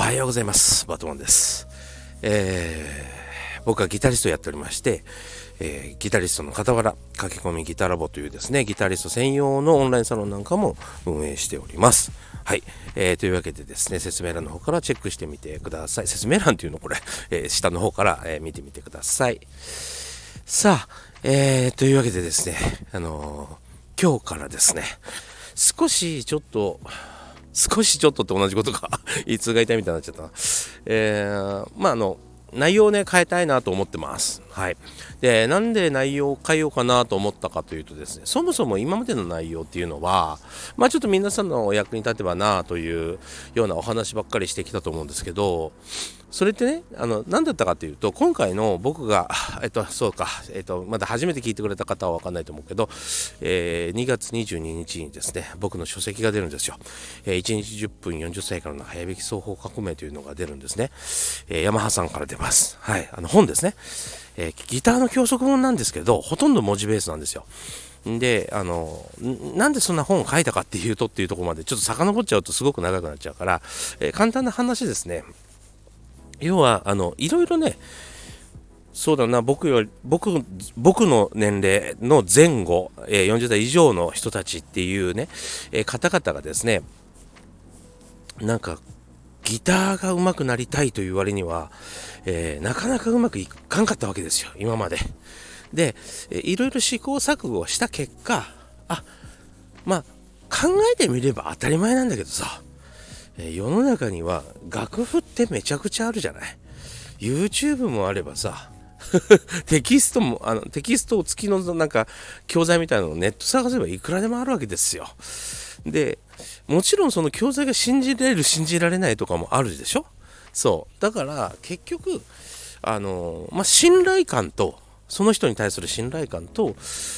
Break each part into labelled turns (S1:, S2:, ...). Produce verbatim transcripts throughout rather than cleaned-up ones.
S1: はようございます。バトマンです。えー、僕はギタリストをやっておりまして、えー、ギタリストの傍ら駆け込みギタラボというですね、ギタリスト専用のオンラインサロンなんかも運営しております。はい、えー、というわけでですね、説明欄の方からチェックしてみてください。説明欄っていうのこれ、えー、下の方から、えー、見てみてください。さあ、えー、というわけでですね、あのー、今日からですね、少しちょっと少しちょっとって同じことかいつが痛いみたいになっちゃったな。えー、まああの内容をね変えたいなと思ってます。はい。で、なんで内容を変えようかなと思ったかというとですね、そもそも今までの内容っていうのは、まあちょっと皆さんのお役に立てばなというようなお話ばっかりしてきたと思うんですけど、それってね、あの何だったかというと、今回の僕がえっとそうかえっとまだ初めて聞いてくれた方は分かんないと思うけど、えー、にがつにじゅうににちにですね、僕の書籍が出るんですよ。えー、いちにちじゅっぷんよんじゅっさいからの早弾き双方革命というのが出るんですね。えー、ヤマハさんから出ます。はい、あの本ですね。えー、ギターの教則本なんですけど、ほとんど文字ベースなんですよ。で、あのなんでそんな本を書いたかっていうとっていうところまでちょっと遡っちゃうとすごく長くなっちゃうから、えー、簡単な話ですね。要はあのいろいろね、そうだな、僕より僕僕の年齢の前後、えー、よんじゅうだい以上の人たちっていうね、えー、方々がですね、なんかギターが上手くなりたいという割には、えー、なかなかうまくいかんかったわけですよ、今まで。で、えー、いろいろ試行錯誤をした結果、あ、まあ考えてみれば当たり前なんだけどさ、えー、世の中には楽譜ってめちゃくちゃあるじゃない。 YouTube もあればさテキストもあのテキスト付きのなんか教材みたいなのをネット探せばいくらでもあるわけですよ。でもちろんその教材が信じられる信じられないとかもあるでしょ。そうだから結局あのまあ信頼感と、その人に対する信頼感と、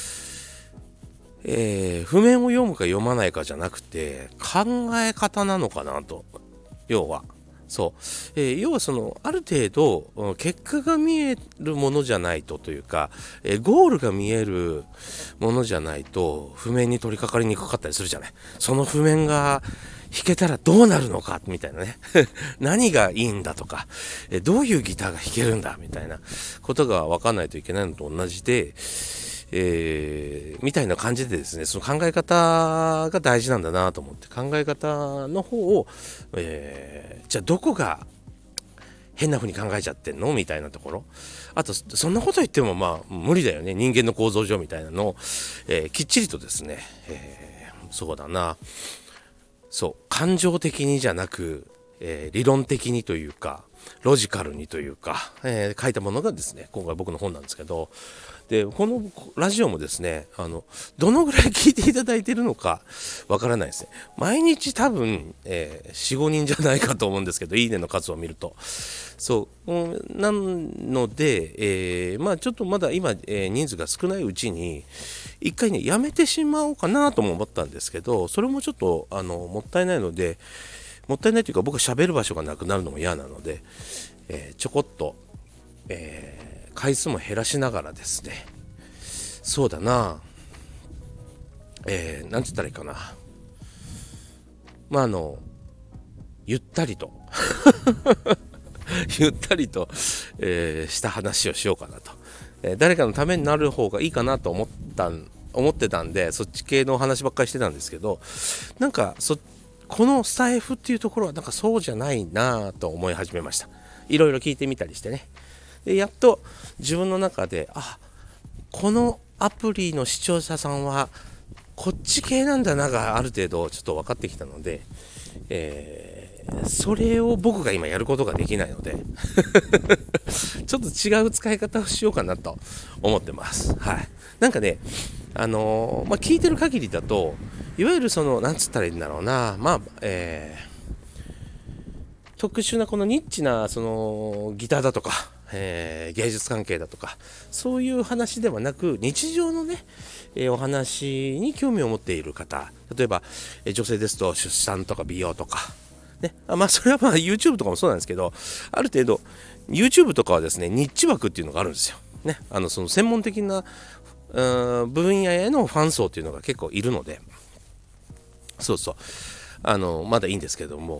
S1: えー、譜面を読むか読まないかじゃなくて考え方なのかなと。要はそう、えー、要はそのある程度結果が見えるものじゃないとというか、えー、ゴールが見えるものじゃないと譜面に取り掛かりにくかったりするじゃない。その譜面が弾けたらどうなるのかみたいなね何がいいんだとか、えー、どういうギターが弾けるんだみたいなことが分かんないといけないのと同じで、えー、みたいな感じでですね、その考え方が大事なんだなと思って、考え方の方を、えー、じゃあどこが変な風に考えちゃってんのみたいなところ、あとそんなこと言ってもまあ無理だよね、人間の構造上みたいなのを、えー、きっちりとですね、えー、そうだな、そう感情的にじゃなく、えー、理論的にというかロジカルにというか、えー、書いたものがですね、今回僕の本なんですけど、でこのラジオもですね、あのどのぐらい聞いていただいているのかわからないですね。毎日多分、えー、よん、ごにんじゃないかと思うんですけど、いいねの数を見るとそう、うん、なので、えー、まあちょっとまだ今、えー、人数が少ないうちに一回ねやめてしまおうかなとも思ったんですけど、それもちょっとあのもったいないので、もったいないというか僕は喋る場所がなくなるのも嫌なので、えー、ちょこっと、えー回数も減らしながらですね、そうだな、えー、なんつったらいいかな、まああのゆったりとゆったりと、えー、した話をしようかなと、えー、誰かのためになる方がいいかなと思った思ってたんで、そっち系の話ばっかりしてたんですけど、なんかそこのスタイフっていうところはなんかそうじゃないなと思い始めました。いろいろ聞いてみたりしてね。でやっと自分の中で、あ、このアプリの視聴者さんはこっち系なんだながある程度ちょっと分かってきたので、えー、それを僕が今やることができないのでちょっと違う使い方をしようかなと思ってます。はい。なんかね、あのー、まあ、聞いてる限りだと、いわゆるそのなんつったらいいんだろうな、まあ、えー、特殊なこのニッチなそのギターだとか、えー、芸術関係だとかそういう話ではなく、日常のね、えー、お話に興味を持っている方、例えば、えー、女性ですと出産とか美容とかね、あ、まあそれはまあ YouTube とかもそうなんですけど、ある程度 YouTube とかはですね、ニッチ枠っていうのがあるんですよね。あのその専門的な分野へのファン層っていうのが結構いるので、そうそう、あのまだいいんですけども、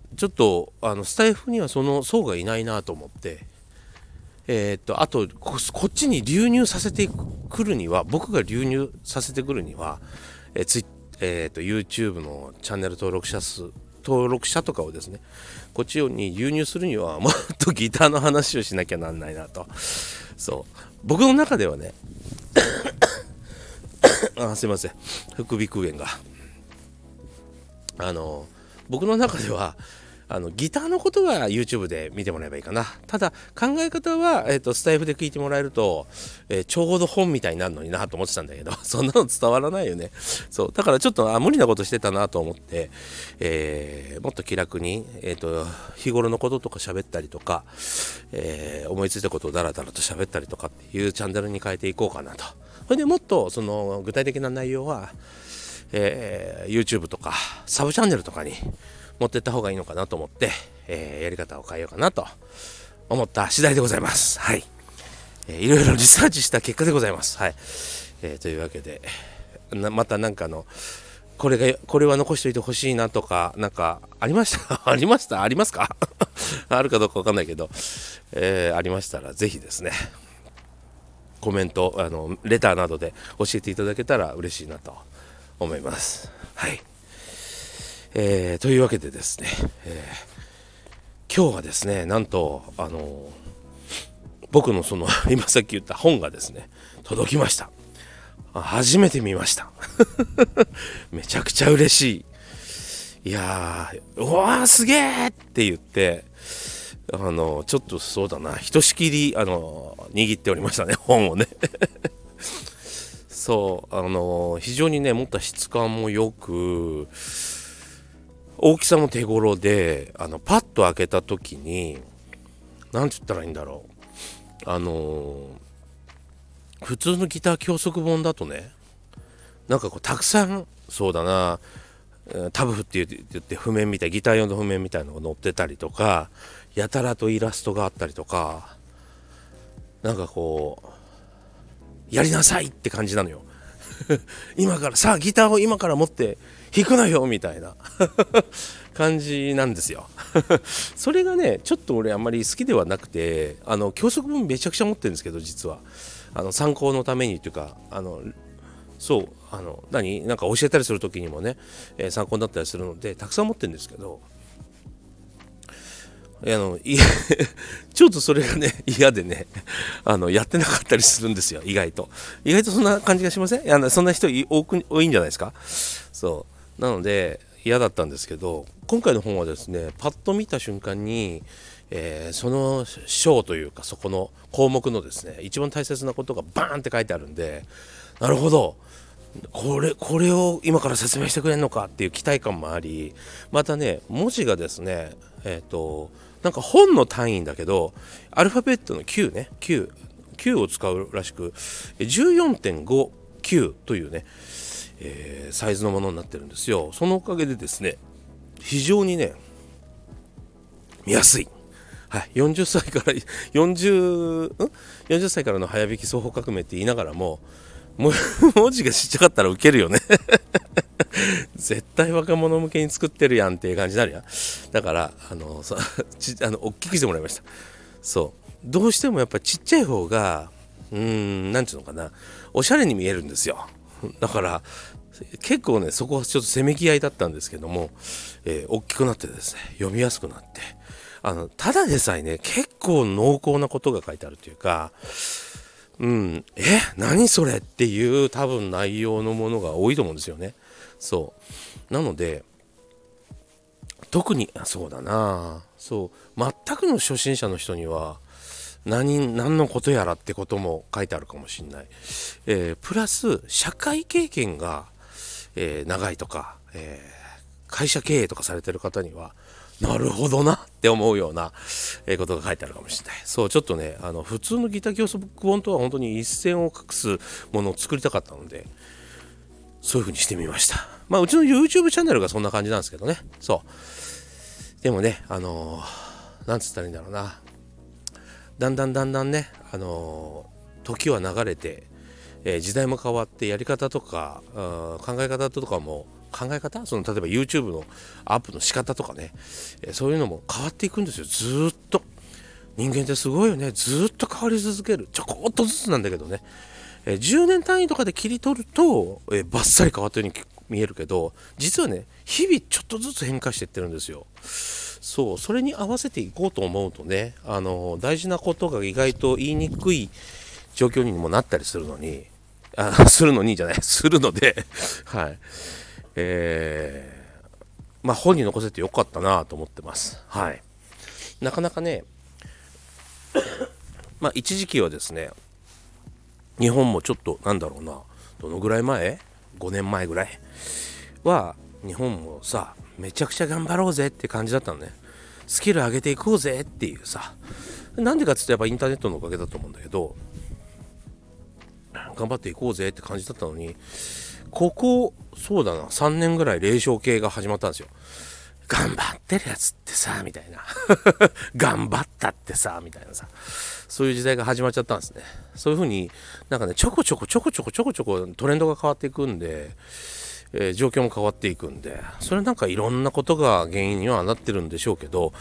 S1: ちょっとあのスタイフにはその層がいないなと思って、えー、っとあと こ, こっちに流入させてくるには、僕が流入させてくるには、えーツイえー、っと YouTube のチャンネル登録者数登録者とかをですね、こっちに流入するにはもっとギターの話をしなきゃなんないなと。そう僕の中ではねあすいません、副鼻腔炎があの僕の中ではあのギターのことは YouTube で見てもらえばいいかな。ただ考え方は、えー、とスタイフで聞いてもらえると、えー、ちょうど本みたいになるのになと思ってたんだけど、そんなの伝わらないよね。そうだからちょっとあ無理なことしてたなと思って、えー、もっと気楽に、えー、と日頃のこととか喋ったりとか、えー、思いついたことをダラダラと喋ったりとかっていうチャンネルに変えていこうかなと。それでもっとその具体的な内容は、えー、YouTube とかサブチャンネルとかに持ってった方がいいのかなと思って、えー、やり方を変えようかなと思った次第でございます。はい、えー、いろいろリサーチした結果でございます。はい、えー、というわけでなまたなんかのこれがこれは残しておいてほしいなとかなんかありましたありましたありますかあるかどうかわかんないけど、えー、ありましたらぜひですねコメントあのレターなどで教えていただけたら嬉しいなと思います。はい、えー、というわけでですね、えー、今日はですねなんとあのー、僕のその今さっき言った本がですね届きました。初めて見ましためちゃくちゃ嬉しい。いやーうわーすげーって言ってあのー、ちょっとそうだなひとしきりあのー、握っておりましたね本をねそうあのー、非常にね持った質感もよく大きさも手頃であのパッと開けた時に何て言ったらいいんだろうあのー、普通のギター教則本だとねなんかこうたくさんそうだなタブ譜って言って譜面みたいギター用の譜面みたいなのが載ってたりとかやたらとイラストがあったりとかなんかこうやりなさいって感じなのよ今からさあギターを今から持って弾くなよみたいな感じなんですよそれがねちょっと俺あんまり好きではなくてあの教則本めちゃくちゃ持ってるんですけど実はあの参考のためにっていうかあのそうあの何なんか教えたりする時にもね、えー、参考になったりするのでたくさん持ってるんですけどあのいちょっとそれがね嫌でねあのやってなかったりするんですよ。意外と意外とそんな感じがしません？あのそんな人多く多いんじゃないですか。そうなので嫌だったんですけど今回の本はですねパッと見た瞬間に、えー、その章というかそこの項目のですね一番大切なことがバーンって書いてあるんでなるほどこれこれを今から説明してくれるのかっていう期待感もありまたね文字がですねえっとなんか本の単位だけどアルファベットのきゅうねきゅう、きゅうを使うらしく じゅうよんてんごきゅう というね、えー、サイズのものになってるんですよ。そのおかげでですね非常にね見やすい、はい、よんじゅっさいから40、んよんじゅっさいからの早弾き双方革命って言いながらもも文字がちっちゃかったらウケるよね絶対若者向けに作ってるやんっていう感じになるやん。だからあのそちあの大きくしてもらいました。そうどうしてもやっぱちっちゃい方がうーんなんていうのかなおしゃれに見えるんですよ。だから結構ねそこはちょっとせめぎ合いだったんですけども、えー、大きくなってですね読みやすくなってあのただでさえね結構濃厚なことが書いてあるというかうん、え何それっていう多分内容のものが多いと思うんですよね。そうなので特にそうだなそう全くの初心者の人には何何のことやらってことも書いてあるかもしれない、えー、プラス社会経験が、えー、長いとか、えー、会社経営とかされてる方にはなるほどなって思うようなことが書いてあるかもしれない。そうちょっとねあの普通のギター教則本とは本当に一線を画すものを作りたかったのでそういう風にしてみました。まあうちの YouTube チャンネルがそんな感じなんですけどね。そうでもねあのー、なんつったらいいんだろうなだんだんだんだんねあのー、時は流れてえー、時代も変わってやり方とか考え方とかも考え方その例えば YouTube のアップの仕方とかね、えー、そういうのも変わっていくんですよ。ずーっと人間ってすごいよね。ずーっと変わり続ける。ちょこっとずつなんだけどね、えー、じゅうねん単位とかで切り取ると、えー、バッサリ変わったように見えるけど、実はね日々ちょっとずつ変化していってるんですよ。そう、それに合わせていこうと思うとね、あの大事なことが意外と言いにくい状況にもなったりするのに、あするのにじゃないするのではい、えー、まあ本に残せてよかったなと思ってます。はい、なかなかねまあ一時期はですね、日本もちょっとなんだろうな、どのぐらい前ごねんまえぐらいは日本もさめちゃくちゃ頑張ろうぜって感じだったのね。スキル上げていこうぜっていうさ、なんでかって言うとやっぱインターネットのおかげだと思うんだけど、頑張っていこうぜって感じだったのに、ここそうだなさんねんぐらい霊障系が始まったんですよ。頑張ってるやつってさみたいな頑張ったってさみたいなさ、そういう時代が始まっちゃったんですね。そういう風になんかねちょこちょこちょこちょこちょこちょこトレンドが変わっていくんで、えー、状況も変わっていくんで、それなんかいろんなことが原因にはなってるんでしょうけど、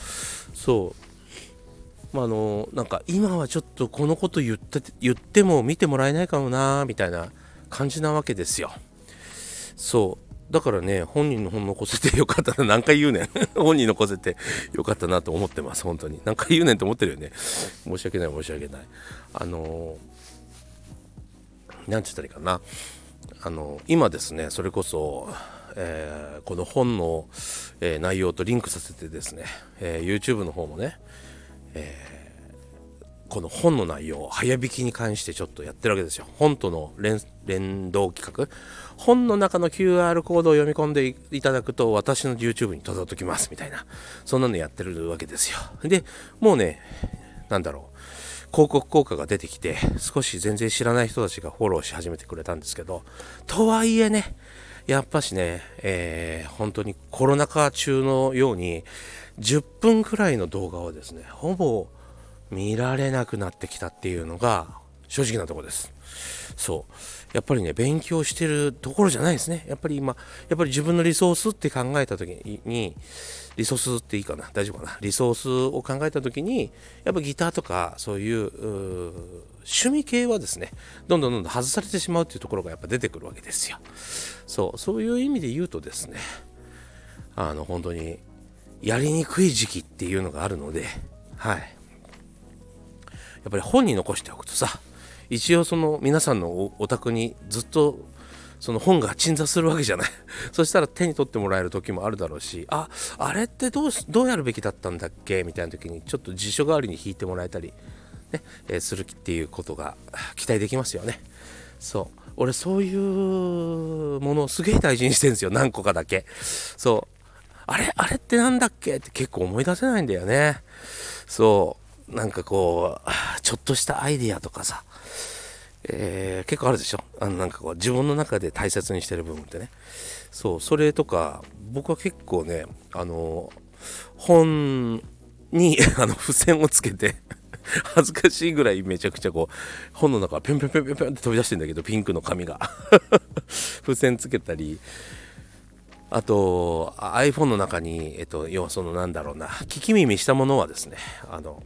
S1: そうまああのなんか今はちょっとこのこと言って言っても見てもらえないかもなみたいな感じなわけですよ。そうだからね、本人の本残せてよかったな、何回言うねん本人残せてよかったなと思ってます。本当に何回言うねんと思ってるよね。申し訳ない申し訳ない。あのー、なんて言ったらいいかな、あの今ですねそれこそ、えー、この本の、えー、内容とリンクさせてですね、えー、YouTube の方もね、えーこの本の内容を早引きに関してちょっとやってるわけですよ。本との 連, 連動企画、本の中の キューアール コードを読み込んでいただくと私の YouTube に届きますみたいな、そんなのやってるわけですよ。でもうね、なんだろう、広告効果が出てきて少し全然知らない人たちがフォローし始めてくれたんですけど、とはいえねやっぱしね、えー、本当にコロナ禍中のようにじゅっぷんくらいの動画をですねほぼ見られなくなってきたっていうのが正直なところです。そうやっぱりね勉強してるところじゃないですね。やっぱり今やっぱり自分のリソースって考えた時に、リソースっていいかな、大丈夫かな、リソースを考えた時にやっぱギターとかそういう、う趣味系はですねどんどんどんどん外されてしまうっていうところがやっぱ出てくるわけですよ。そうそういう意味で言うとですね、あの本当にやりにくい時期っていうのがあるので、はい、やっぱり本に残しておくとさ、一応その皆さんのお宅にずっとその本が鎮座するわけじゃないそしたら手に取ってもらえる時もあるだろうし、ああれってどうどうやるべきだったんだっけみたいな時にちょっと辞書代わりに引いてもらえたり、ねえー、するっていうことが期待できますよね。そう俺そういうものをすげえ大事にしてるんですよ、何個かだけ。そうあれあれってなんだっけって結構思い出せないんだよね。そうなんかこうちょっとしたアイディアとかさ、えー、結構あるでしょ。あのなんかこう自分の中で大切にしてる部分ってね。そうそれとか僕は結構ね、あの本にあの付箋をつけて恥ずかしいぐらいめちゃくちゃこう本の中がピョンピョンピョンピョンピョンって飛び出してんだけど、ピンクの紙が付箋つけたり、あと iPhone の中に、えっと、要はそのなんだろうな、聞き耳したものはですね、あの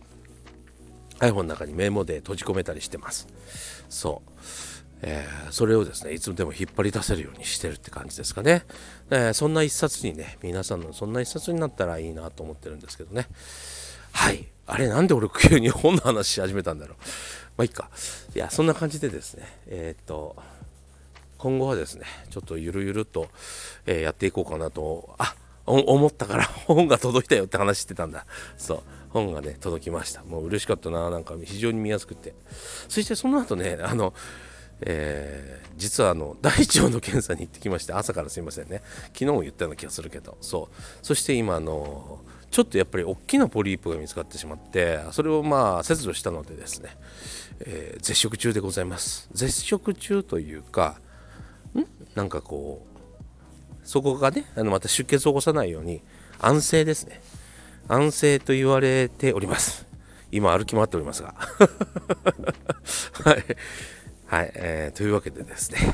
S1: iPhone の中にメモで閉じ込めたりしてます。そう、えー、それをですねいつでも引っ張り出せるようにしてるって感じですかね。えー、そんな一冊にね、皆さんのそんな一冊になったらいいなと思ってるんですけどね。はい、あれなんで俺急に本の話し始めたんだろう。まあいいか。いやそんな感じでですね、えー、っと今後はですねちょっとゆるゆると、えー、やっていこうかなとあ思ったから本が届いたよって話してたんだ。そう本がね届きました。もう嬉しかったな、なんか非常に見やすくて。そしてその後ね、あの、えー、実はあの大腸の検査に行ってきまして、朝からすいませんね、昨日も言ったような気がするけど、そうそして今あのちょっとやっぱり大きなポリープが見つかってしまって、それをまあ切除したのでですね、えー、絶食中でございます。絶食中というかんなんかこうそこがね、あのまた出血を起こさないように安静ですね。安静と言われております。今歩き回っておりますがはい、 はい、えー、というわけでですね、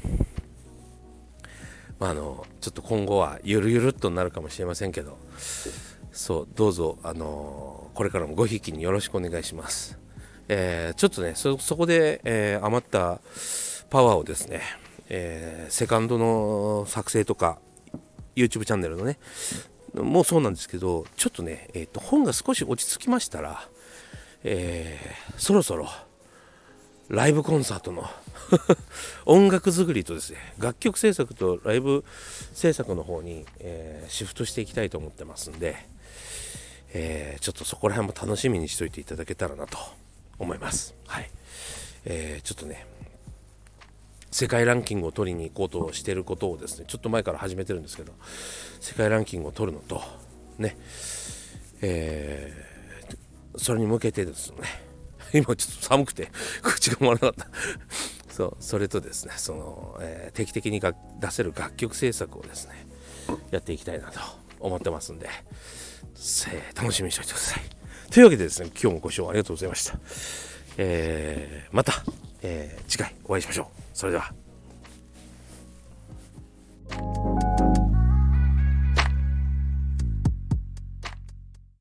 S1: まあ、あのちょっと今後はゆるゆるっとなるかもしれませんけど、そうどうぞ、あのーこれからもごひいきによろしくお願いします。えー、ちょっとね そ, そこで、えー余ったパワーをですね、えーセカンドの作成とか YouTube チャンネルのねもうそうなんですけど、ちょっとね、えーと本が少し落ち着きましたら、えーそろそろライブコンサートの音楽作りとですね、楽曲制作とライブ制作の方に、えーシフトしていきたいと思ってますんで、えーちょっとそこら辺も楽しみにしておいていただけたらなと思います。はい、えーちょっとね世界ランキングを取りに行こうとしていることをですね、ちょっと前から始めてるんですけど、世界ランキングを取るのとね、えーそれに向けてですね、今ちょっと寒くて口が回らなかったそうそれとですね、その、えー定期的にが出せる楽曲制作をですねやっていきたいなと思ってますんで、えー楽しみにしておいてください。というわけでですね、今日もご視聴ありがとうございました。えーまた、えー次回お会いしましょう。それでは。